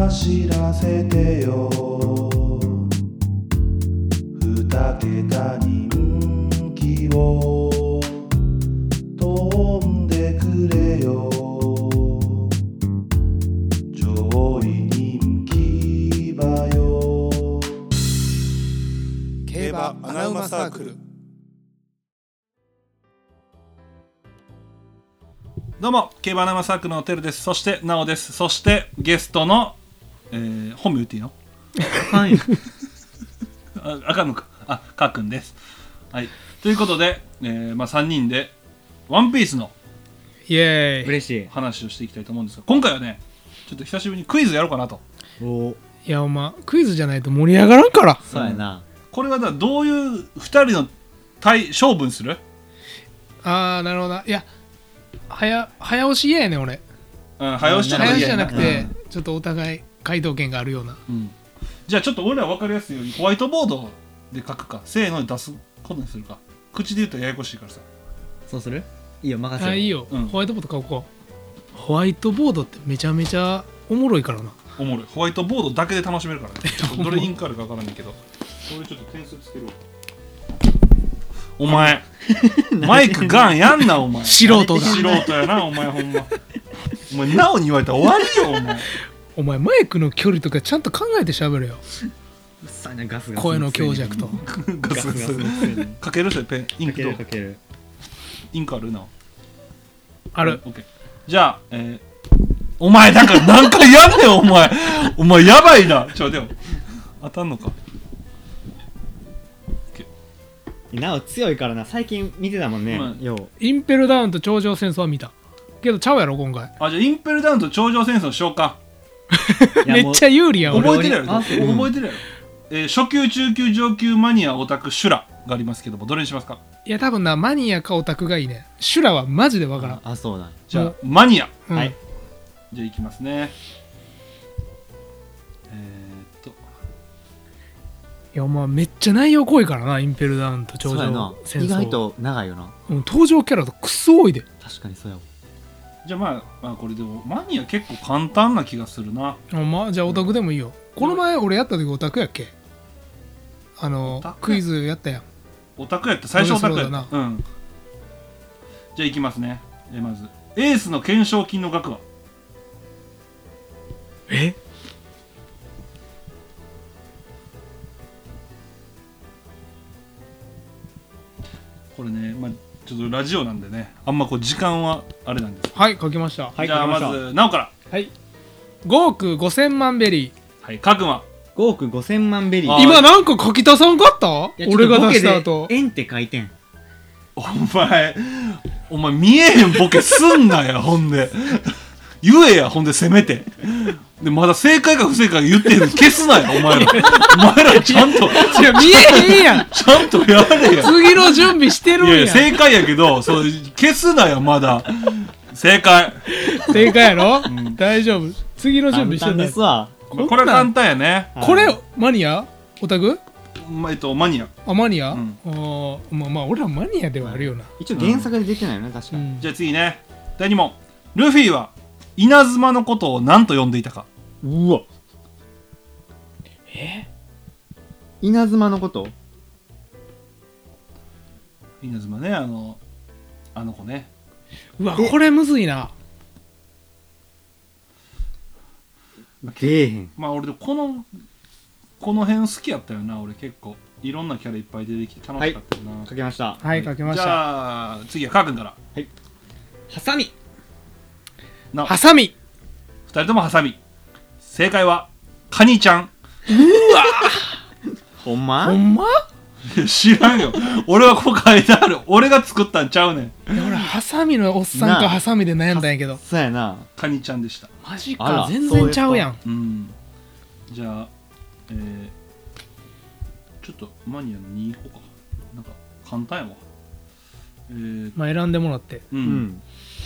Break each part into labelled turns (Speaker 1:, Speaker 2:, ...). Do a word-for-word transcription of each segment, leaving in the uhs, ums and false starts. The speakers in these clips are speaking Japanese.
Speaker 1: 走らせてよ二桁人気を飛んでくれよ上位人気馬よ
Speaker 2: 競馬アナウマサークル。
Speaker 3: どうも競馬アナウマサークルのテルです。そしてナオです。そしてゲストの、えー、本名言っていいの？はい。あ, あかんのか。あ、かーくんです。はい。ということで、えー、まあさんにんでワンピースの
Speaker 4: イエーイ
Speaker 5: 嬉しい
Speaker 3: 話をしていきたいと思うんですが、今回はね、ちょっと久しぶりにクイズやろうかなと。
Speaker 5: お
Speaker 4: いやお前クイズじゃないと盛り上がらんから。
Speaker 5: そうやな、
Speaker 3: これはだからどういうふたりの対勝負にする？
Speaker 4: あーなるほど。いや早早押し嫌やねん俺。
Speaker 3: うん、早押しじゃなくて
Speaker 4: 早押しじゃなくて、うん、ちょっとお互い回答権があるような、
Speaker 3: うん、じゃあちょっと俺ら分かりやすいようにホワイトボードで書くかせーので出すことにするか。口で言うとややこしいからさ。
Speaker 5: そうする？いいよ任せよ。
Speaker 4: あいいよ、
Speaker 3: うん、
Speaker 4: ホワイトボード書こう。ホワイトボードってめちゃめちゃおもろいからな。
Speaker 3: おもろい。ホワイトボードだけで楽しめるからね。ちょっとどれインクあるか分からないけど俺ちょっと点数つけるわ。お前マイクガンやんなお前。
Speaker 4: 素人が
Speaker 3: 素人やなお前ほんま。お前ナオに言われたら終わりよお前。
Speaker 4: お前マイクの距離とかちゃんと考えて喋れよ。
Speaker 5: うっさいなガスが
Speaker 4: 声の強弱と
Speaker 3: ガスガスかける人ペンインクと
Speaker 5: かける
Speaker 3: インクあるな。
Speaker 4: ある。
Speaker 3: オッケー。じゃあ、えー、お前だから何回やんねんお前。お前やばいな。ちょ待てよ。当たんのか。
Speaker 5: なお強いからな。最近見てたもんね、
Speaker 3: まあ、
Speaker 5: よう
Speaker 4: インペルダウンと頂上戦争は見たけどちゃうやろ今回。
Speaker 3: あ、じゃあインペルダウンと頂上戦争しようか。
Speaker 4: めっちゃ有利やん。
Speaker 3: 覚えてるやろ。
Speaker 5: あ、
Speaker 3: 覚えてるやろ、えー、初級中級上級マニアオタクシュラがありますけども、どれにしますか？
Speaker 4: いや多分なマニアかオタクがいいね。シュラはマジでわからん。
Speaker 5: あ、あそうなん。
Speaker 3: じゃあマニア、
Speaker 4: うん、
Speaker 5: はい。
Speaker 3: じゃあいきますね。えー、っと
Speaker 4: いやまあめっちゃ内容濃いからなインペルダウンと頂上戦争。
Speaker 5: 意外と長いよな。
Speaker 4: うん、登場キャラとクソ多いで。
Speaker 5: 確かにそうやわ。
Speaker 3: じゃあまあ、まあ、これでもマニア結構簡単な気がするな。
Speaker 4: あ、まあ、じゃあオタクでもいいよ。この前俺やった時オタクやっけ？あのクイズやったやん。
Speaker 3: オタクやった。最初オタクやった。
Speaker 4: な
Speaker 3: うん。じゃあいきますね。えまずエースの懸賞金の額は？
Speaker 4: え？
Speaker 3: これね、まあちょっとラジオなんでね、あんまこう時間はあれなんですけど。
Speaker 4: はい書きました。
Speaker 5: はい、
Speaker 3: じゃあまずなおから。
Speaker 4: はいごおくごせんまんベリー。
Speaker 3: はい、かくま。
Speaker 5: ごおくごせんまんベリー。
Speaker 4: 今なんか書き足さんかった？俺が出した後。
Speaker 5: 円って書いてん。
Speaker 3: お前お前見えへんボケすんなやほんで言えやほんでせめてでまだ正解か不正解か言ってんの消すなやお前らお前らちゃんと
Speaker 4: いや見えへんやん
Speaker 3: ちゃんとやれや。
Speaker 4: 次の準備してるんや。
Speaker 3: いやいや正解やけどそう消すなやまだ。正解
Speaker 4: 正解やろ、
Speaker 3: うん、
Speaker 4: 大丈夫。次の準備して
Speaker 5: 簡単
Speaker 4: る
Speaker 5: ですわ。
Speaker 3: これは簡単やね。
Speaker 4: これマニアオタク？
Speaker 3: まえっとマニア。
Speaker 4: あマニア、うん、
Speaker 3: あ
Speaker 4: まあまあ俺はマニアではあるよな。
Speaker 5: 一応原作で出てないよね、うん、確かに、
Speaker 4: うん、
Speaker 3: じゃあ次ね。だいに問。ルフィは稲妻のことを何と呼んでいたか？
Speaker 5: うわ
Speaker 4: え
Speaker 5: 稲妻のこと？
Speaker 3: 稲妻ね、あのあの子ね。
Speaker 4: うわこれむずいな。
Speaker 5: 出えへん。
Speaker 3: まあ俺でこのこの辺好きやったよな。俺結構いろんなキャラいっぱい出てきて楽しかったよな。
Speaker 5: はい、書きました。
Speaker 4: はい書きました。
Speaker 3: じゃあ次はかーくんから。
Speaker 5: はい。ハサミ。
Speaker 3: な
Speaker 4: ハサミ。
Speaker 3: ふたりともハサミ。正解はカニちゃん。
Speaker 4: うわ
Speaker 5: ほんま？
Speaker 4: ほんま？
Speaker 3: 知らんよ。俺はここ書いてある。俺が作ったんちゃうねん。
Speaker 4: いや俺ハサミのおっさんかハサミで悩んだんやけど。
Speaker 5: そうやな。
Speaker 3: カニちゃんでした。
Speaker 4: マジ
Speaker 5: あ
Speaker 4: から全然ちゃうやん。
Speaker 3: うん。じゃあ、えー、ちょっとマニアのに行こうか。なんか簡単やわ。えー、
Speaker 4: まあ選んでもらって。
Speaker 3: うん。
Speaker 5: うん、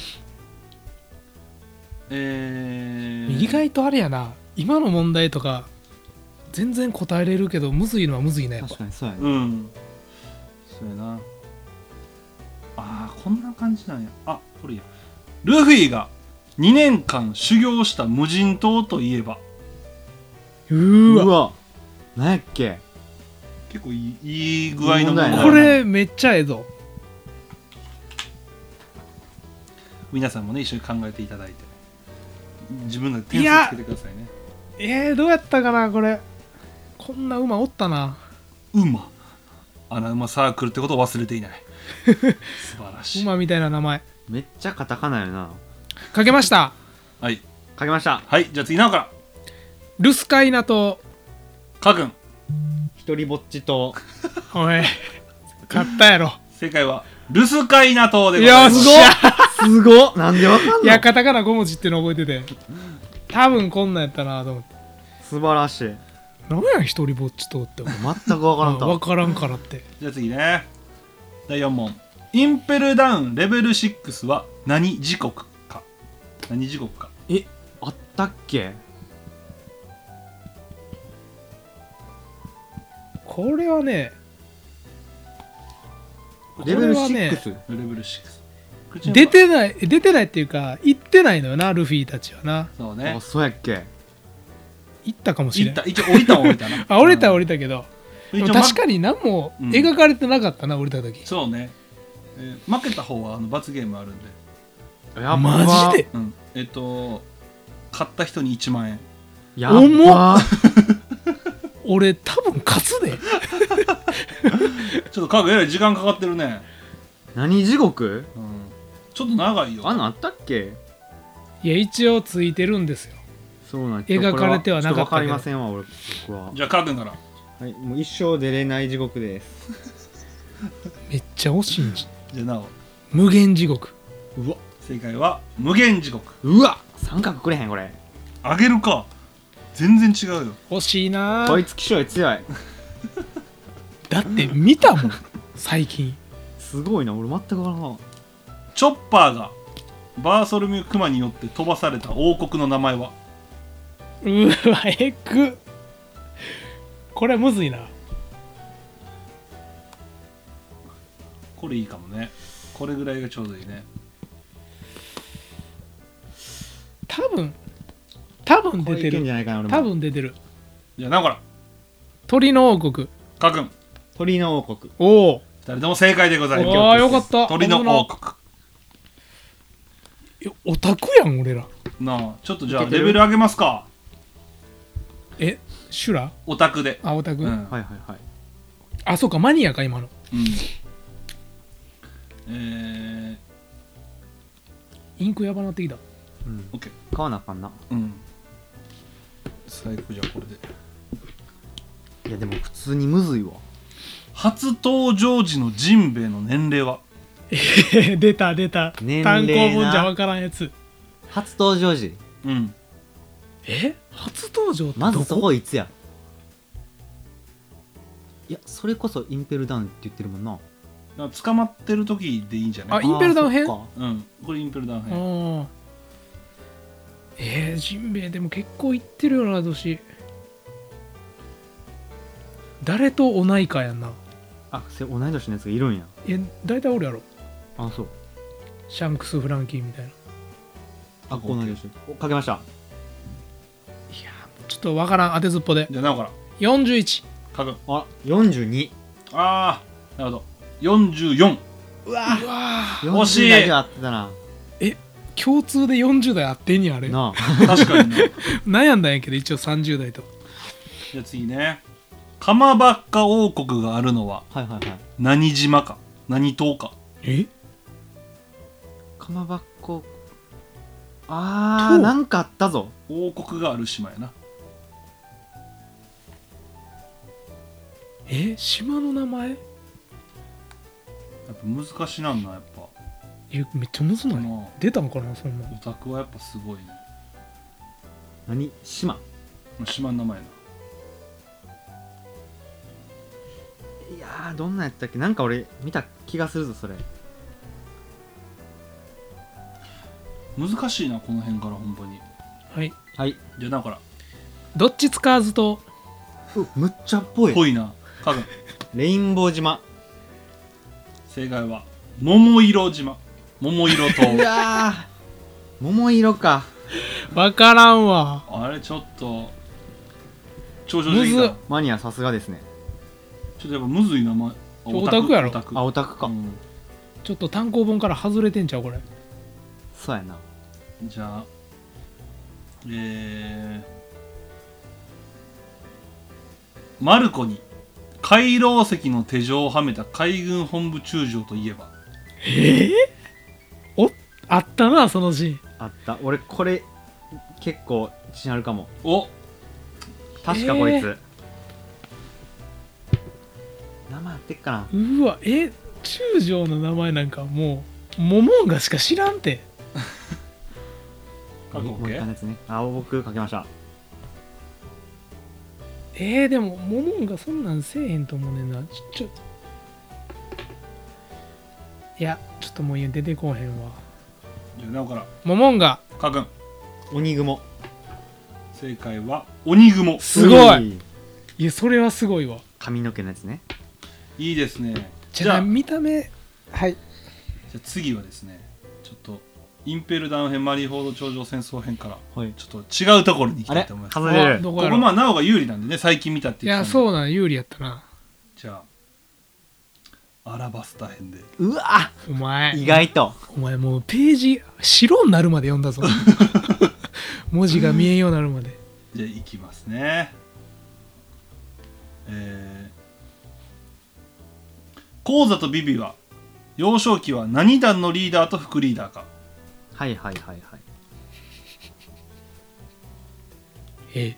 Speaker 3: えー、
Speaker 4: 意外とあれやな。今の問題とか全然答えれるけどむずいのはむずいね。
Speaker 5: 確かにそうやね。
Speaker 3: うん。そうやな。ああ、こんな感じなんや。あ、これや。ルフィがにねんかん修行した無人島といえば？
Speaker 4: うーわ
Speaker 5: うわなんやっけ。
Speaker 3: 結構いいいい具合のものだな
Speaker 4: これめっちゃええぞ。
Speaker 3: 皆さんもね一緒に考えていただいて自分で点数つけてくださいね。
Speaker 4: えー、どうやったかなこれ。こんな馬おったな。
Speaker 3: 馬穴馬サークルってことを忘れていない素晴らしい。
Speaker 4: 馬みたいな名前
Speaker 5: めっちゃカタカナやな。
Speaker 4: かけました。
Speaker 3: はい
Speaker 5: 書きました。
Speaker 3: はい、じゃあ次なおから
Speaker 4: ルスカイナと
Speaker 3: かくん。
Speaker 5: 一人ぼっちと
Speaker 4: おい勝ったやろ。
Speaker 3: 正解はルスカイナ島で
Speaker 4: い
Speaker 3: ございます。
Speaker 4: やすごっ。
Speaker 5: すごっ。なんでわかんの。
Speaker 4: いやカタカナご文字っていうの覚えてて多分こんなんやったなと思って。
Speaker 5: 素晴らしい。
Speaker 4: 何や一人ぼっちとって
Speaker 5: 全くわからんか
Speaker 4: 分からんからって。
Speaker 3: じゃあ次ねだいよん問。インペルダウンレベルろくは何時刻か。何時刻か。
Speaker 5: えあったっけ。
Speaker 4: これはね
Speaker 5: レベル
Speaker 4: これはね
Speaker 5: ろく。
Speaker 3: レベルろく
Speaker 4: 出てない出てないっていうか行ってないのよなルフィたちはな。
Speaker 3: そうね
Speaker 5: あそうやっけ。
Speaker 4: 行ったかもしれん。
Speaker 3: 行った一応降りたは降りたな
Speaker 4: あ降りたは降
Speaker 3: り
Speaker 4: りたけど、
Speaker 3: た
Speaker 4: でも確かに何も描かれてなかったな、降りた時。
Speaker 3: そうね、えー負けた方はあの罰ゲームあるんで、
Speaker 5: やっば
Speaker 4: マジで
Speaker 3: うん、えっと買った人にいちまんえん。
Speaker 5: やっ
Speaker 4: 重
Speaker 5: ば。
Speaker 4: 俺多分勝つで。
Speaker 3: ちょっと家具えらい時間かかってるね、
Speaker 5: 何地獄。
Speaker 3: うん、ちょっと長いよ。
Speaker 5: あんのあったっけ。
Speaker 4: いや一応ついてるんですよ。
Speaker 5: そうなん
Speaker 4: 描かれてはなかったけど
Speaker 5: ちょっとわかりませんわ俺僕は。
Speaker 3: じゃあカー君から。
Speaker 5: はいもう一生出れない地獄です。
Speaker 4: めっちゃ惜しいんじ
Speaker 3: じゃあなお
Speaker 4: 無限地獄。
Speaker 5: うわ
Speaker 3: 正解は無限地獄。
Speaker 5: うわ三角くれへんこれ。
Speaker 3: あげるか全然違うよ。
Speaker 4: 惜しいな
Speaker 5: こいつ気象強い。
Speaker 4: だって見たもん最近。
Speaker 5: すごいな俺全くわからん。
Speaker 3: チョッパーがバーソルミュクマによって飛ばされた王国の名前は。
Speaker 4: うわえくこれむずいな。
Speaker 3: これいいかもね。これぐらいがちょうどいいね。
Speaker 4: 多分多分
Speaker 5: これいけん
Speaker 4: 出てる
Speaker 5: じゃないかな俺も。
Speaker 4: 多分出てる。
Speaker 3: じゃあなおから
Speaker 4: 鳥の王国。
Speaker 3: カー君
Speaker 5: 鳥の王国。
Speaker 4: おお
Speaker 3: ふたりとも正解でございます。
Speaker 4: ああよかった。
Speaker 3: 鳥の王国
Speaker 4: いやオタクやん俺ら。
Speaker 3: なあちょっとじゃあ
Speaker 5: いけてる
Speaker 3: レベル上げますか。
Speaker 4: えシュラ
Speaker 3: オタクで。
Speaker 4: あオタク、
Speaker 3: うん、
Speaker 5: はいはいはい。
Speaker 4: あそうかマニアか今の。
Speaker 3: うんえ
Speaker 4: インクやばなってきた。
Speaker 5: うん
Speaker 3: ー、オッケ
Speaker 5: 買わなあかんな。
Speaker 3: ー。うん最高。じゃあこれで
Speaker 5: いやでも普通にむずいわ。
Speaker 3: 初登場時のジンベエの年齢は。
Speaker 4: 出た出た
Speaker 5: 年
Speaker 4: 単
Speaker 5: 齢な
Speaker 4: 行本じゃわからんやつ。
Speaker 5: 初登場時
Speaker 3: うん
Speaker 4: え初登場ってどこ
Speaker 5: まずそこいつや。いやそれこそインペルダウンって言ってるもんな。
Speaker 3: だから捕まってる時でいいんじゃない。
Speaker 4: あインペルダウン編
Speaker 5: あーそっか
Speaker 3: うんこれインペルダウン
Speaker 4: あ
Speaker 3: 編。
Speaker 4: ーえー、ジンベエでも結構いってるよな年。誰と同いかやんな。
Speaker 5: あそれ同い年のやつがいるんや。
Speaker 4: え大体俺やろ。
Speaker 5: あそう。
Speaker 4: シャンクス・フランキーみたいな。い
Speaker 5: あ同い年。おかけました。
Speaker 4: やちょっとわからん当てずっぽで。
Speaker 3: じゃあなおから
Speaker 4: よんじゅういち。
Speaker 3: カ君。
Speaker 5: あよんじゅうに。
Speaker 3: ああなるほどよんじゅうよん。
Speaker 5: うわ
Speaker 4: うわー
Speaker 3: 惜しい
Speaker 5: よんじゅう代じゃあってたな。
Speaker 4: 共通でよんじゅう代あってんやあれ。
Speaker 5: なあ
Speaker 3: 確かにね。
Speaker 4: 悩んだんやけど一応さんじゅう代と。
Speaker 3: じゃあ次ね。カマバッカ王国があるのは
Speaker 5: はいはいはい。
Speaker 3: 何島か何島か。
Speaker 4: え
Speaker 5: かまばっこ。あー
Speaker 4: と
Speaker 5: なんかあったぞ。
Speaker 3: 王国がある島やな。
Speaker 4: え島の名前
Speaker 3: やっぱ難しなんなやっぱ。
Speaker 4: えめっちゃむずない
Speaker 3: ま
Speaker 4: 出たんかなそんな
Speaker 3: あオタクはやっぱすごいね。
Speaker 5: 何島。
Speaker 3: 島の名前な。
Speaker 5: いやーどんなんやったっけ。なんか俺見た気がするぞそれ。
Speaker 3: 難しいなこの辺から本当に。
Speaker 4: はい。
Speaker 5: はい。
Speaker 3: じゃあなおから
Speaker 4: どっち使わずと
Speaker 5: うむっちゃっぽい。
Speaker 3: ぽいな。カ君
Speaker 5: レインボー島。
Speaker 3: 正解は桃色島。桃色
Speaker 5: う
Speaker 3: 島。
Speaker 5: わー桃色か。
Speaker 4: わからんわ。
Speaker 3: あれちょっと頂上してきた。
Speaker 5: マニアさすがですね。
Speaker 3: ちょっとやっぱむずいな、ま、
Speaker 4: オタクやろ
Speaker 3: オタク。
Speaker 5: あ、オタクか、
Speaker 3: うん、
Speaker 4: ちょっと単行本から外れてんちゃうこれ。
Speaker 5: そうやな。
Speaker 3: じゃあえー、マルコに回廊石の手錠をはめた海軍本部中将といえば。
Speaker 4: ええー、おあったなそのシーン。
Speaker 5: あった。俺これ結構自信あるかも。
Speaker 3: お
Speaker 5: 確かこいつ、
Speaker 4: えー
Speaker 5: 名前あってっかな。
Speaker 4: うわえ中将の名前なんかもうモモンガしか知らんて。
Speaker 3: 書く
Speaker 5: もう一回のやつね。あ、僕書きました。
Speaker 4: えー、でもモモンガそんなんせえへんと思うねんな。ちょちょいやちょっともう出てこうへんわ。
Speaker 3: じゃあなおから
Speaker 4: モモンガ
Speaker 3: 書くん。
Speaker 5: 鬼雲。
Speaker 3: 正解は鬼雲。
Speaker 4: すごい。いやそれはすごいわ。
Speaker 5: 髪の毛のやつね。
Speaker 3: いいですね。
Speaker 4: じゃあ見た目はい。
Speaker 3: じゃあ次はですね、ちょっとインペルダウン編マリーフォード頂上戦争編から
Speaker 5: はい。
Speaker 3: ちょっと違うところに行き
Speaker 5: あれ
Speaker 3: たいと思います。
Speaker 5: 外れる。
Speaker 3: ここ
Speaker 4: どこやろ
Speaker 3: まあなおが有利なんでね、最近見たって
Speaker 4: いや
Speaker 3: 言ってたんで。
Speaker 4: そうなん有利やったな。
Speaker 3: じゃあアラバスタ編で。
Speaker 5: うわ、
Speaker 4: お前
Speaker 5: 意外と。
Speaker 4: お前もうページ白になるまで読んだぞ。文字が見えんようになるまで。
Speaker 3: じゃあ行きますね。えー、コウザとビビは幼少期は何団のリーダーと副リーダーか。
Speaker 5: はいはいはいはい。
Speaker 4: え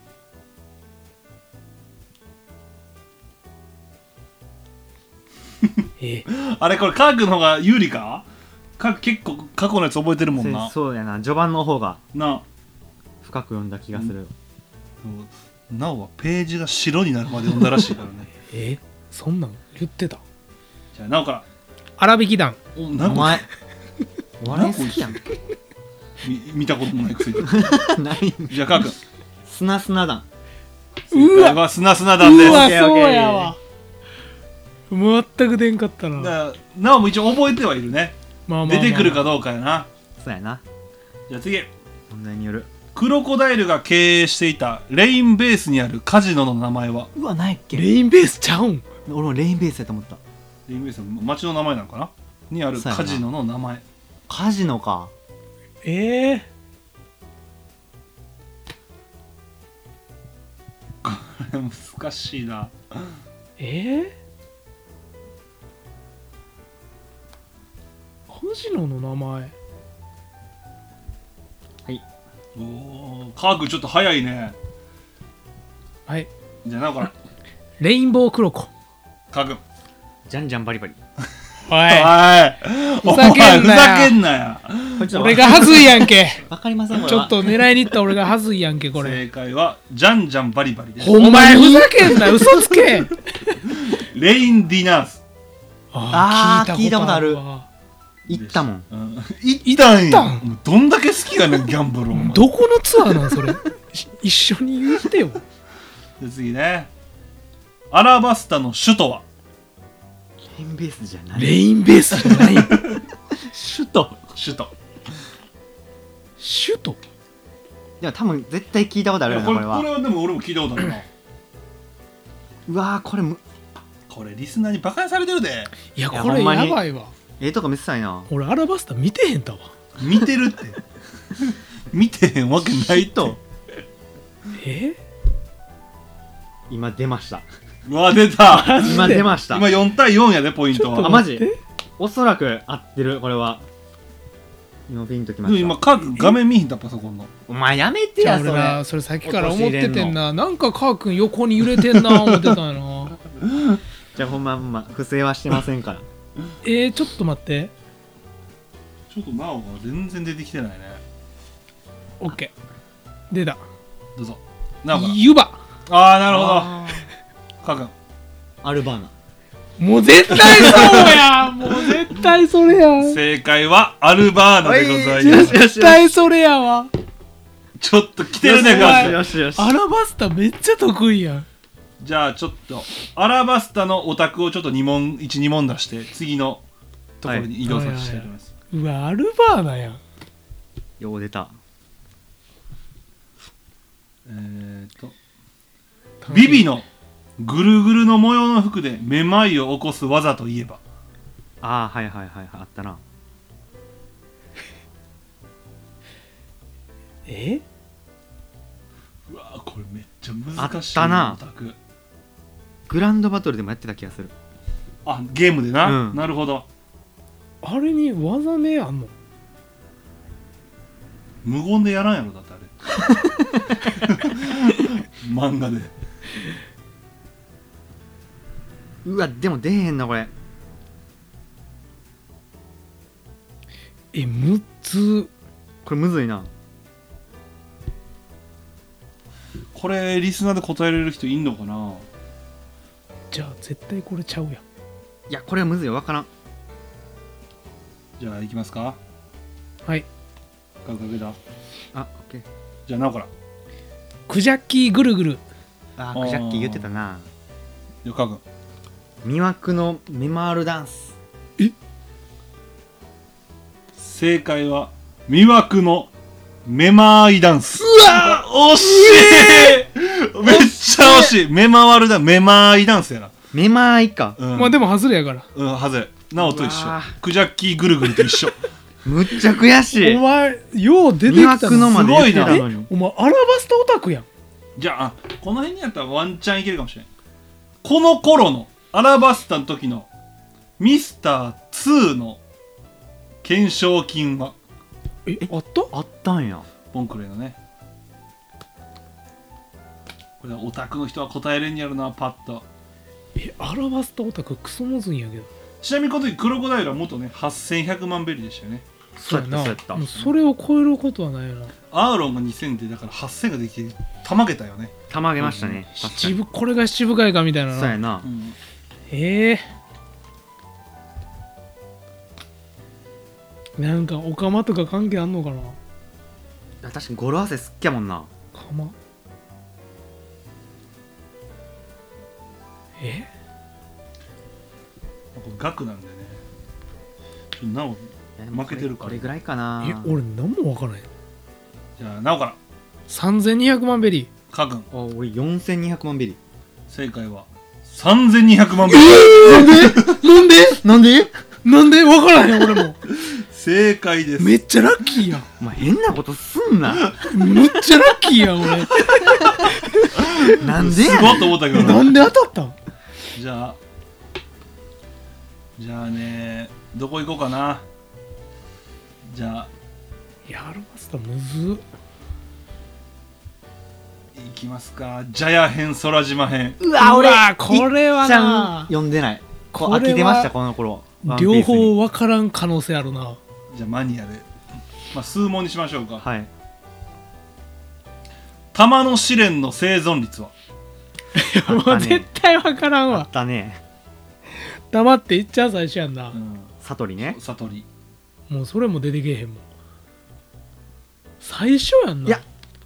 Speaker 4: え
Speaker 3: あれこれカークの方が有利か。カーク結構過去のやつ覚えてるもんな。
Speaker 5: そうやな。序盤の方が
Speaker 3: な
Speaker 5: 深く読んだ気がする。
Speaker 3: なおはページが白になるまで読んだらしいからね。
Speaker 4: えそんなん言ってた。
Speaker 3: じゃあなおから
Speaker 4: 荒引き団
Speaker 3: おなこ
Speaker 5: お前お笑い好きやん。
Speaker 3: み見たこともないくせに。
Speaker 5: ない
Speaker 3: じゃあカーク
Speaker 5: 砂砂団。
Speaker 4: うわ
Speaker 3: 正解は砂砂団です。
Speaker 4: うわ
Speaker 5: オッケーオッケー
Speaker 4: そうやわ。全く出んかったな。
Speaker 3: だからなおも一応覚えてはいるね。
Speaker 4: まあまあまあ
Speaker 3: 出てくるかどうかやな。
Speaker 5: そうやな。
Speaker 3: じゃあ次、
Speaker 5: 問題による。
Speaker 3: クロコダイルが経営していたレインベースにあるカジノの名前は。
Speaker 5: うわ、何やっけ。
Speaker 4: レインベースちゃうん。
Speaker 5: 俺もレインベースやと思った。
Speaker 3: レインベースは町の名前なのかなにあるカジノの名前。
Speaker 5: カジノか。
Speaker 4: ええ
Speaker 3: 難しいな。
Speaker 4: ええカジノの名前。
Speaker 3: おお、カークちょっと早いね。
Speaker 4: はい。
Speaker 3: じゃあなおから
Speaker 4: レインボークロコ。
Speaker 3: カーク。
Speaker 5: じゃんじゃんバリバリ。
Speaker 3: はい。
Speaker 4: ふざけんなよ
Speaker 3: お前ふざけんなや。
Speaker 5: こいつら
Speaker 4: 俺がはずいやんけ。
Speaker 5: わかりませんこれは。
Speaker 4: ちょっと狙いに行った俺がはずいやんけこれ。
Speaker 3: 正解はジャンジャンバリバリです。
Speaker 4: お前ふざけんな嘘つけ。
Speaker 3: レインディナーズ。
Speaker 5: あー聞いたことある
Speaker 4: わ。
Speaker 5: 行ったもん。
Speaker 3: うん、行ったんや。
Speaker 4: 行ったん
Speaker 3: もうどんだけ好きやねんギャンブルを。お前
Speaker 4: どこのツアーなんそれ。し一緒に言ってよ。
Speaker 3: で次ね。アラバスタの首都は。
Speaker 5: レインベースじゃない。
Speaker 4: レインベースじゃない。
Speaker 5: 首都。
Speaker 3: 首都。
Speaker 4: 首都。
Speaker 5: でも多分絶対聞いたことあるよな
Speaker 3: これ
Speaker 5: これは。
Speaker 3: これはでも俺も聞いたことあるな。
Speaker 5: うわーこれむ
Speaker 3: これリスナーにバカにされてるで。
Speaker 4: いや
Speaker 5: いや
Speaker 4: これ
Speaker 5: ほんまに
Speaker 4: やばいわ。
Speaker 5: ええとこ見せたいな。
Speaker 4: 俺アラバスタ見てへんたわ。
Speaker 3: 見てるって。見てへんわけないと。
Speaker 4: え
Speaker 5: 今出ました。
Speaker 3: うわ出た。
Speaker 5: 今出ました
Speaker 3: 今。よん対よんやでポイント
Speaker 4: ちょっと
Speaker 3: は。
Speaker 5: あマジ
Speaker 4: 待って
Speaker 5: おそらく合ってるこれは。今ピンときま
Speaker 3: でも
Speaker 5: した。
Speaker 3: 今カーク画面見ひんだパソコンの。
Speaker 5: お前やめて
Speaker 4: じゃあ
Speaker 5: やそ
Speaker 4: 俺な
Speaker 5: れ。
Speaker 4: それさっきから思っててんな。なんかカー君横に揺れてんな思ってたんやな。
Speaker 5: じゃあほんまほんま不正はしてませんから。
Speaker 4: えー、ちょっと待って。
Speaker 3: ちょっとなおが全然出てきてないね。
Speaker 4: オッケー。出た。
Speaker 3: どうぞ。なおか
Speaker 4: 湯葉。
Speaker 3: ああなるほど。
Speaker 5: あ
Speaker 3: カー君。
Speaker 5: ーアルバーナ。
Speaker 4: もう絶対そうや。もう絶対それや。
Speaker 3: 正解はアルバーナでござい
Speaker 5: よ
Speaker 3: ます。
Speaker 5: しよしよし
Speaker 4: 絶対それやわ。
Speaker 3: ちょっと来てるね
Speaker 4: よし
Speaker 3: ガス。
Speaker 5: よしよし。
Speaker 4: アラバスタめっちゃ得意やん。
Speaker 3: じゃあちょっとアラバスタのオタクをちょっとに問いちに問出して次のところに移動させていただきます。
Speaker 4: うわアルバーナやん。
Speaker 5: よう出た。
Speaker 3: えーとビビのぐるぐるの模様の服でめまいを起こす技といえば。
Speaker 5: ああはいはいはいはいあったな。
Speaker 4: え
Speaker 3: うわこれめっちゃ難しい
Speaker 5: あったな
Speaker 3: オタク。
Speaker 5: グランドバトルでもやってた気がする。
Speaker 3: あゲームでな、
Speaker 5: うん
Speaker 3: なるほど。
Speaker 4: あれに技名あんの？
Speaker 3: 無言でやらんやろだってあれ漫画で。
Speaker 5: うわでも出えへんなこれ。
Speaker 4: えむっつ。
Speaker 5: これむずいな。
Speaker 3: これリスナーで答えれる人いんのかな。
Speaker 4: じゃあ絶対これちゃうやん。
Speaker 5: いやこれはむずいよ分からん。
Speaker 3: じゃあ行きますか。
Speaker 4: はい。
Speaker 3: かかけた。
Speaker 5: あオッケー。
Speaker 3: じゃあなおから。
Speaker 4: クジャッキーぐるぐる。
Speaker 5: あークジャッキー言ってたな。
Speaker 3: よかくん。
Speaker 5: 魅惑のメマールダンス。
Speaker 3: 正解は魅惑のメマーイダンス。うわ惜しい、めっちゃ惜しい。メマワルだメマーイダンスやな。
Speaker 5: メマーイか。
Speaker 3: うん、
Speaker 4: まあでも外れやから。
Speaker 3: うん外れ。なおと一緒
Speaker 5: うわ。
Speaker 3: クジャッキーぐるぐると一緒。
Speaker 5: むっちゃ悔しい。
Speaker 4: お前よう出てき
Speaker 5: 魅
Speaker 4: た
Speaker 5: 惑のまで言ってた
Speaker 3: す
Speaker 5: のに。
Speaker 4: お前アラバスタオタクやん。
Speaker 3: じゃあこの辺にやったらワンチャンいけるかもしれん。この頃のアラバスタの時のミスターツーの懸賞金は
Speaker 4: えあった
Speaker 5: あったんや。
Speaker 3: ボンクレーのね。これオタクの人は答えれんやろなパッと。
Speaker 4: えアラバスタオタククソむずいんやけど。
Speaker 3: ちなみにこの時クロコダイルは元ねはっせんひゃくまんベリーでしたよね。
Speaker 5: そうやったそうやった
Speaker 4: もうそれを超えることはないよな。
Speaker 3: アーロンがにせんでだからはっせんができてたまげたよね。
Speaker 5: たまげましたね。確かに。
Speaker 4: 七分これが七部会かみたいなな。
Speaker 5: そうやな
Speaker 3: う。ん、
Speaker 4: ええー、なんかオカマとか関係あんのかな。
Speaker 5: 確かに語呂合わせすっきゃもんな。
Speaker 4: カマえ
Speaker 3: これ額なんでねちょっとなお負けてるから
Speaker 5: これぐらいかな。
Speaker 4: え俺何もわからへん。
Speaker 3: じゃあなおから
Speaker 4: さんぜんにひゃくまんベリ
Speaker 3: かくん。
Speaker 5: あ俺よんせんにひゃくまんベリー。
Speaker 3: 正解はさんぜんにひゃくまんベリー。
Speaker 4: ー。なんで
Speaker 5: なんで
Speaker 4: なんでわからへん俺も。
Speaker 3: 正解です。
Speaker 4: めっちゃラッキーやん。
Speaker 5: お前変なことすんな。
Speaker 4: めっちゃラッキーやん俺。
Speaker 5: なんですや
Speaker 3: ごいと思ったけどな。
Speaker 4: なんで当たったん。
Speaker 3: じゃあじゃあねどこ行こうかな。じゃあ
Speaker 4: いやアルバスタむずっ。
Speaker 3: 行きますか。ジャヤ編空島編。
Speaker 5: うわ俺
Speaker 4: うわこれは
Speaker 5: ちゃん
Speaker 4: な
Speaker 5: 読んでない。こう
Speaker 4: これは
Speaker 5: 飽きてましたこの頃。ワンピース
Speaker 4: 両
Speaker 5: に
Speaker 4: 方わからん可能性あるな。
Speaker 3: じゃあマニアで、まあ、数問にしましょうか。
Speaker 5: はい。
Speaker 3: 玉の試練の生存率は。
Speaker 4: もう
Speaker 5: あったね
Speaker 4: 絶対わからん
Speaker 5: あ
Speaker 4: わ
Speaker 5: っ。たね。
Speaker 4: 黙っていっちゃう最初やんな。
Speaker 3: うん
Speaker 5: 悟りね。
Speaker 3: 悟り。
Speaker 4: もうそれも出てけえへんもん。最初やんな。
Speaker 5: いや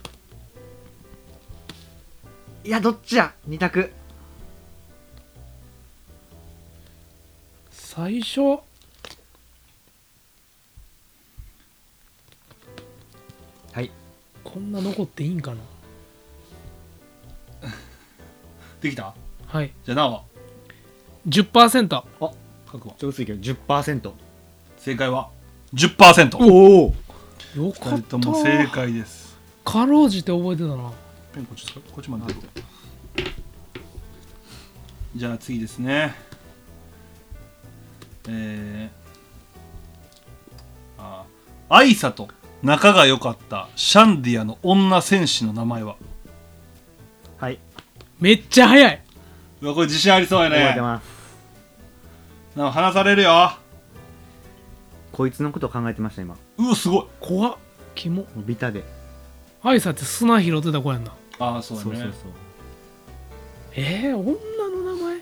Speaker 5: いやどっちや二択。
Speaker 4: 最初
Speaker 5: はい。
Speaker 4: こんな残っていいんかな。
Speaker 3: できた。
Speaker 4: はい
Speaker 3: じゃあなおは
Speaker 4: じゅっパーセント。
Speaker 3: 書くわ。
Speaker 5: ちょっと薄いけど じゅっパーセント。
Speaker 3: 正解は じゅっパーセント。
Speaker 5: おお。
Speaker 4: よか
Speaker 3: 二人と
Speaker 4: った。
Speaker 3: も正解です。
Speaker 4: かろうじて覚えてたな。
Speaker 3: ペンこっち使うこっちまで出る。じゃあ次ですね。えー、あアイサと仲が良かったシャンディアの女戦士の名前は。
Speaker 5: はい。
Speaker 4: めっちゃ早い。
Speaker 3: うわこれ自信ありそうやね
Speaker 5: 覚えて。ます。
Speaker 3: なんか話されるよ。
Speaker 5: こいつのことを考えてました今。
Speaker 3: うわすごい。
Speaker 4: 怖っ。キモ。
Speaker 5: もうビタで。
Speaker 4: アイサって砂拾ってた子やんな。
Speaker 3: ああそうだね。
Speaker 5: そうそう
Speaker 4: えー、女の名前。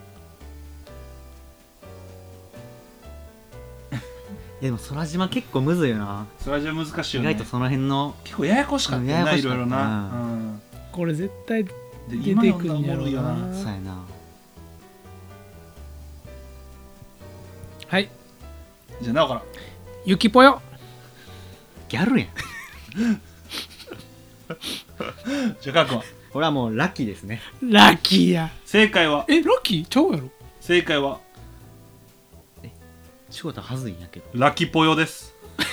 Speaker 5: いやでも空島結構むずいよな。
Speaker 3: それじゃ難しいよね。
Speaker 5: 意外とその辺の
Speaker 3: 結構ややこしかったよな、
Speaker 5: うんややこしかった
Speaker 3: いろいろな。
Speaker 5: う
Speaker 3: うん。
Speaker 4: これ絶対
Speaker 3: で
Speaker 4: 出
Speaker 3: 今
Speaker 4: てく
Speaker 3: 読んだらおも
Speaker 4: るんやろう
Speaker 3: ろいよな。
Speaker 4: な。
Speaker 5: そうやな。
Speaker 4: はい。
Speaker 3: じゃあなおから。
Speaker 4: ゆきぽよ。
Speaker 5: ギャルやん。
Speaker 3: じゃあかくんは。
Speaker 5: これはもうラッキーですね。
Speaker 4: ラッキーや。
Speaker 3: 正解は
Speaker 4: えラッキーちゃうやろ。
Speaker 3: 正解は
Speaker 5: 仕事はずいんやけど。
Speaker 3: ラキポヨです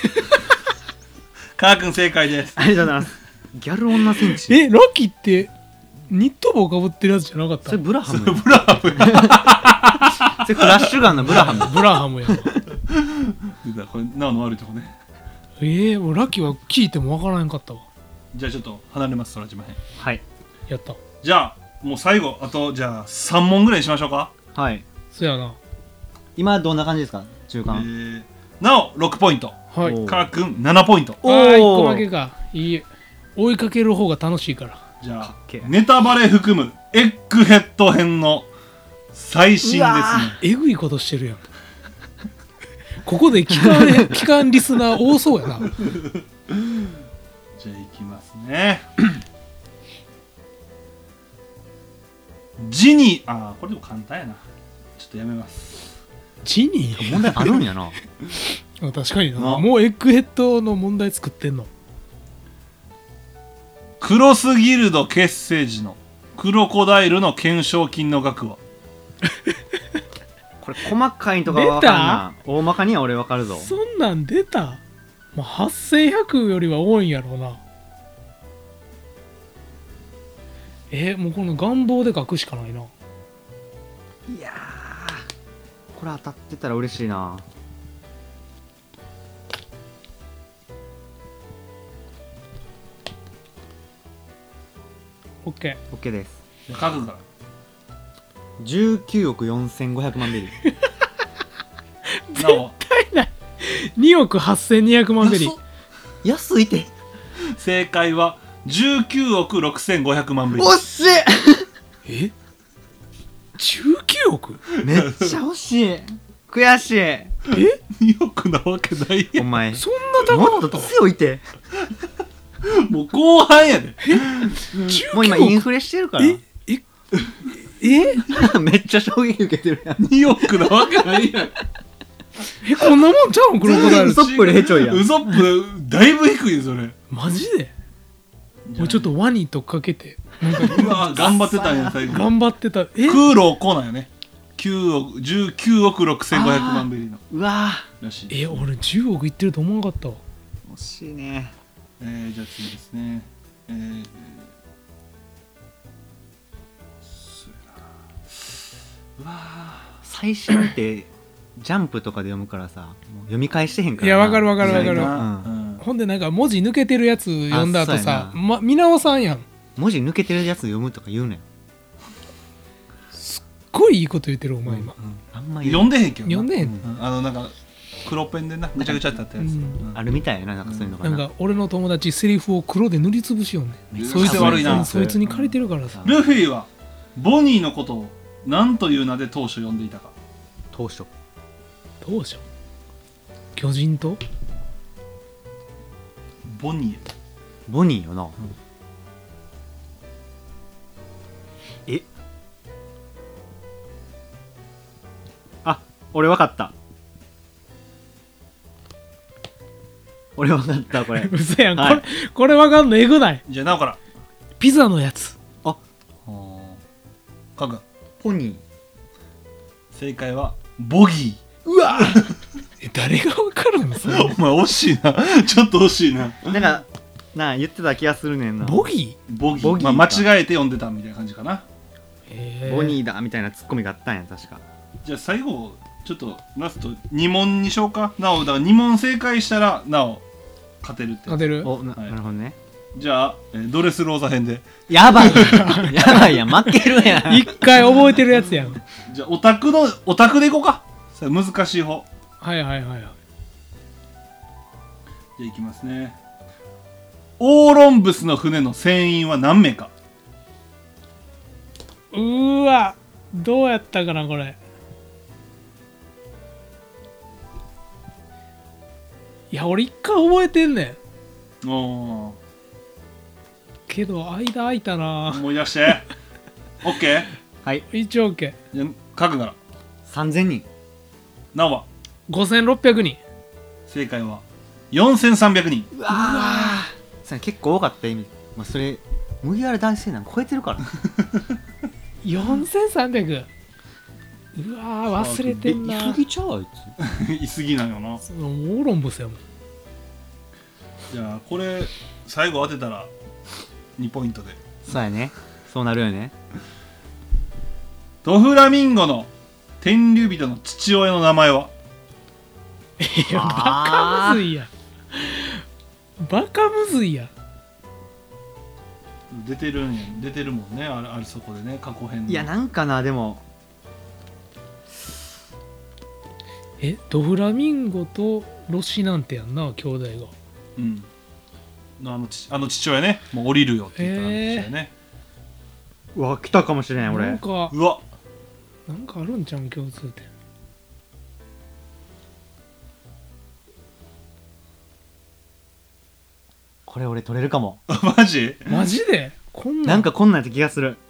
Speaker 3: かーくん正解です。
Speaker 5: ありがとうございます。ギャル女戦士。
Speaker 4: えラッキーってニット帽かぶってるやつじゃなかった。
Speaker 5: それブラハム。
Speaker 3: ブラハム
Speaker 5: それフラッシュガンのブラハム。
Speaker 4: ブラハムやな。
Speaker 3: これなおの悪いとこね。
Speaker 4: えー、もうラッキーは聞いてもわからんかったわ。
Speaker 3: じゃあちょっと離れます、そらちまへん。
Speaker 5: はい
Speaker 4: やった。
Speaker 3: じゃあもう最後あとじゃあさん問ぐらいにしましょうか。
Speaker 5: はい。
Speaker 4: そやな。
Speaker 5: 今どんな感じですか中
Speaker 3: え
Speaker 5: 間。
Speaker 3: ー、なおろくポイント、
Speaker 4: はい。
Speaker 5: お
Speaker 3: かーくんななポイント。
Speaker 5: お
Speaker 4: ああ、一
Speaker 5: お
Speaker 4: 個負けか。いいえ。追いかける方が楽しいから。
Speaker 3: じゃあ
Speaker 5: かっけえ
Speaker 3: ネタバレ含むエッグヘッド編の最新ですね。
Speaker 4: えぐいことしてるやん。ここで聞かん、聞かんリスナー多そうやな。
Speaker 3: じゃあいきますねジニー、あーこれでも簡単やな、ちょっとやめます。
Speaker 4: ジニー
Speaker 5: 問題あるんやな。
Speaker 4: あ確かにな。
Speaker 3: な
Speaker 4: もうエッグヘッドの問題作ってんの。
Speaker 3: クロスギルド結成時のクロコダイルの懸賞金の額は。
Speaker 5: これ細かいとかは分かんな。大まかには俺分かるぞ。
Speaker 4: そんなん出た。まあ、はっせんひゃくよりは多いんやろうな。えー、もうこの願望で書くしかないな。
Speaker 5: いやーこれ当たってたら嬉しいな。
Speaker 4: オッケ
Speaker 5: OK です。
Speaker 3: 書くから
Speaker 5: じゅうきゅうおくよんせんごひゃくまんベリー。
Speaker 3: なお
Speaker 4: ー。におくはっせんにひゃくまんベリー。
Speaker 5: 安いて。
Speaker 3: 正解はじゅうきゅうおくろくせんごひゃくまんベリー。
Speaker 5: 惜し
Speaker 4: え ?じゅうきゅうおく
Speaker 5: い。めっちゃ惜しい。悔しい。
Speaker 4: え
Speaker 3: におくなわけないや
Speaker 5: お前
Speaker 4: そんな
Speaker 5: もっと
Speaker 4: 高かった
Speaker 5: 強いて。
Speaker 3: ん。もう後半やで。
Speaker 5: もう今インフレしてるから。
Speaker 4: えええ
Speaker 5: めっちゃ衝撃受けてるやん。
Speaker 3: におくなわけないやん。
Speaker 4: えこんなもんちゃうんクロコダイル。
Speaker 5: ウソップよりへちょいやん。
Speaker 3: ウソップだいぶ低いよそれ。
Speaker 4: マジでもうちょっとワニとかけてなんか
Speaker 3: うわ頑張ってたんや最後。
Speaker 4: 頑張ってた。え
Speaker 3: 空路こうなんよね。きゅうおくじゅうきゅうおくろくせんごひゃくまんベリーの
Speaker 5: うわ
Speaker 3: らしいです。
Speaker 4: え俺じゅうおくいってると思わなかったわ。
Speaker 5: ー惜しいね。
Speaker 3: えー、じゃあ次ですね。えー、そうやな。うわ
Speaker 5: 最新ってジャンプとかで読むからさ、もう読み返してへんからな。
Speaker 4: いやわかるわかるわかる
Speaker 3: ー
Speaker 5: うん
Speaker 3: うん
Speaker 4: ほんでなんか文字抜けてるやつ読んだ後
Speaker 5: あそうやな
Speaker 4: さ、ま、見直さんやん。
Speaker 5: 文字抜けてるやつ読むとか言うねん。
Speaker 4: すっごいいいこと言ってるお前今。
Speaker 5: うんあんま言う
Speaker 3: 読んでへんけどな。
Speaker 4: 読んでへん。
Speaker 3: うんあのなんか黒ペンでなぐちゃぐちゃってあったやつ。
Speaker 4: うん
Speaker 3: うん
Speaker 5: あるみたいやな、なんかそういうのがな。
Speaker 4: なんか俺の友達セリフを黒で塗りつぶしよんねん。
Speaker 3: うん
Speaker 4: そいつ
Speaker 3: 癖悪いな
Speaker 4: そいつに借りてるからさ。
Speaker 3: ルフィはボニーのことを何という名で当初呼んでいたか。
Speaker 5: 当初。
Speaker 4: どうしよう。巨人と
Speaker 3: ボニー。
Speaker 5: ボニーよな。えあ、俺わかった。俺わかったこれ。
Speaker 4: うせやん、
Speaker 5: はい
Speaker 4: これこれわかんのえぐない。
Speaker 3: じゃあなおから
Speaker 4: ピザのやつ。
Speaker 3: 書く。
Speaker 5: ポニー。
Speaker 3: 正解はボギ
Speaker 4: うわえ誰がわかるのそれ。
Speaker 3: ー。お前惜しいな。ちょっと惜しいな。
Speaker 5: なんかなあ言ってた気がするねんな。
Speaker 4: ボギ
Speaker 3: ボギー。
Speaker 5: ボギーか
Speaker 3: まあ、間違えて読んでたみたいな感じかな。
Speaker 4: ー
Speaker 5: ボニーだみたいなツッコミがあったんや確か。
Speaker 3: じゃあ最後ちょっとラストに問にしようか。なおだからに問正解したらなお勝てるって。
Speaker 4: 勝てる。
Speaker 5: おな,、
Speaker 3: はい
Speaker 5: なるほどね。
Speaker 3: じゃあ、えードレスローザ編で。
Speaker 5: やばいやばいやん負けるやん。
Speaker 4: 一回覚えてるやつやん。
Speaker 3: じゃあオタクのオタクでいこうか。それ難しい方。
Speaker 4: はいはいはいはい。
Speaker 3: じゃあいきますね。オーロンブスの船の船員は何名か。
Speaker 4: うーわどうやったかなこれ。いや俺一回覚えてんねん
Speaker 3: おー
Speaker 4: けど間空いたな。
Speaker 3: 思い出して。オッケー。
Speaker 5: はい。
Speaker 4: 一応 OK。
Speaker 3: じゃあ書くから。
Speaker 5: さんぜんにん。
Speaker 3: なおは
Speaker 4: ごせんろっぴゃくにん。
Speaker 3: 正解はよんせんさんびゃくにん。
Speaker 5: うわーそれ結構多かった意味。まあそれ麦わら大聖団超えてるから
Speaker 4: よんせんさんびゃく。うわー忘れてんな。
Speaker 5: いすぎちゃうあい
Speaker 3: いすぎなんよな。
Speaker 4: そのオーロンボスやもん。
Speaker 3: じゃあこれ最後当てたらにポイントで。
Speaker 5: つそうやねそうなるよね。
Speaker 3: ドフラミンゴの天竜人の父親の名前は？
Speaker 4: いやバカむずいやん。バカむずいやん。
Speaker 3: 出てるんや出てるもんね、あれあれそこでね、過去編の。
Speaker 5: いやなんかなでも
Speaker 4: えドフラミンゴとロシなんてやんな兄弟が。
Speaker 3: うんあのちあの父親ね、もう降りるよって言ったんですよね。
Speaker 5: うわ来たかもしれん俺
Speaker 4: なんか
Speaker 3: うわ
Speaker 4: なんかあるんちゃうん共通点。
Speaker 5: これ俺取れるかも。
Speaker 3: マジ？
Speaker 4: マジでこんなん
Speaker 5: なんかこんなんやった気がする。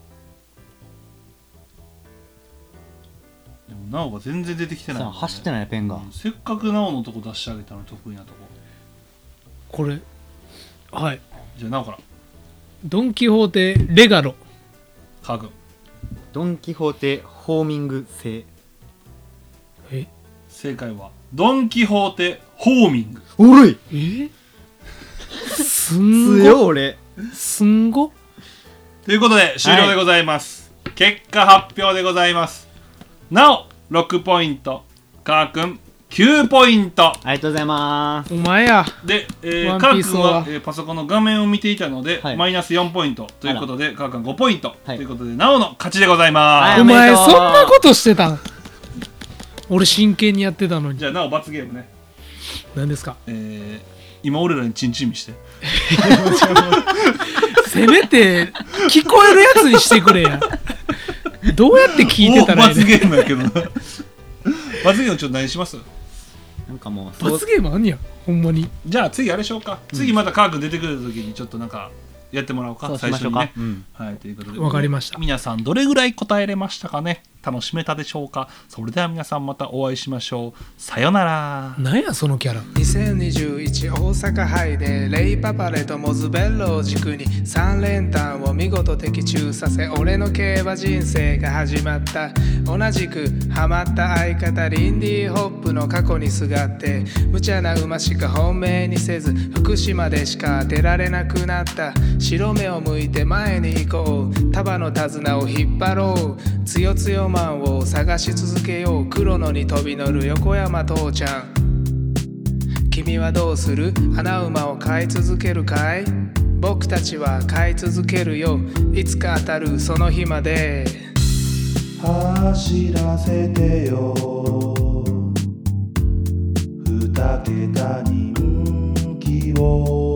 Speaker 3: でもなおが全然出てきてないもんね、
Speaker 5: さあ走ってないねペンが、
Speaker 3: うんせっかくなおのとこ出してあげたのに得意なとこ。
Speaker 4: これはい
Speaker 3: じゃあなおから
Speaker 4: ドン・キホーテレガロ。
Speaker 3: カー君。
Speaker 5: ドン・キホーテホーミング製。
Speaker 4: え
Speaker 3: 正解はドン・キホーテホーミング。
Speaker 5: おるい
Speaker 4: えすん
Speaker 5: 強
Speaker 4: ご
Speaker 5: 俺。
Speaker 4: すんご
Speaker 3: ということで終了でございます、結果発表でございます。なおろくポイント、カー君きゅうポイント
Speaker 5: ありがとうございます。
Speaker 4: お前や。
Speaker 3: で、えー、
Speaker 4: ワン
Speaker 3: カー君
Speaker 4: ピースは
Speaker 3: は、えーパソコンの画面を見ていたので、
Speaker 5: はい
Speaker 3: マイナスよんポイントということで、カー君ごポイント、
Speaker 5: はい
Speaker 3: ということでなおの勝ちでございます、
Speaker 5: はい
Speaker 4: お前
Speaker 5: おめでとう
Speaker 4: そんなことしてたん。俺真剣にやってたのに。
Speaker 3: じゃあなお罰ゲームね、
Speaker 4: 何ですか。
Speaker 3: えー、今俺らにチンチン見して。
Speaker 4: せめて聞こえるやつにしてくれや。どうやって聞いてたらいい
Speaker 3: 罰
Speaker 4: ね。
Speaker 3: ゲームやけどな罰ゲームちょっと何します？
Speaker 5: なんかもうそう
Speaker 4: 罰ゲームあんねやほんまに。
Speaker 3: じゃあ次あれしようか、次またカー君出てくる時にちょっとなんかやってもらおうか、
Speaker 5: そうし
Speaker 3: 最初にね
Speaker 5: ましょうか、うん
Speaker 3: はいということで
Speaker 4: わかりました。
Speaker 3: 皆さんどれぐらい答えれましたかね。楽しめたでしょうか。それでは皆さんまたお会いしましょう。さよなら。
Speaker 4: なんやそのキャラ。
Speaker 2: にせんにじゅういち大阪杯でレイパパレとモズベッロを軸にさん連単を見事的中させ俺の競馬人生が始まった。同じくハマった相方リンディホップの過去にすがって無茶な馬しか本命にせず福島でしか当てられなくなった。白目を向いて前に行こう、束の手綱を引っ張ろう、つよつよマンを探し続けよう、黒野に飛び乗る横山父ちゃん。君はどうする？穴馬を飼い続けるかい？僕たちは飼い続けるよ、いつか当たるその日まで。
Speaker 1: 走らせてよ二桁人気を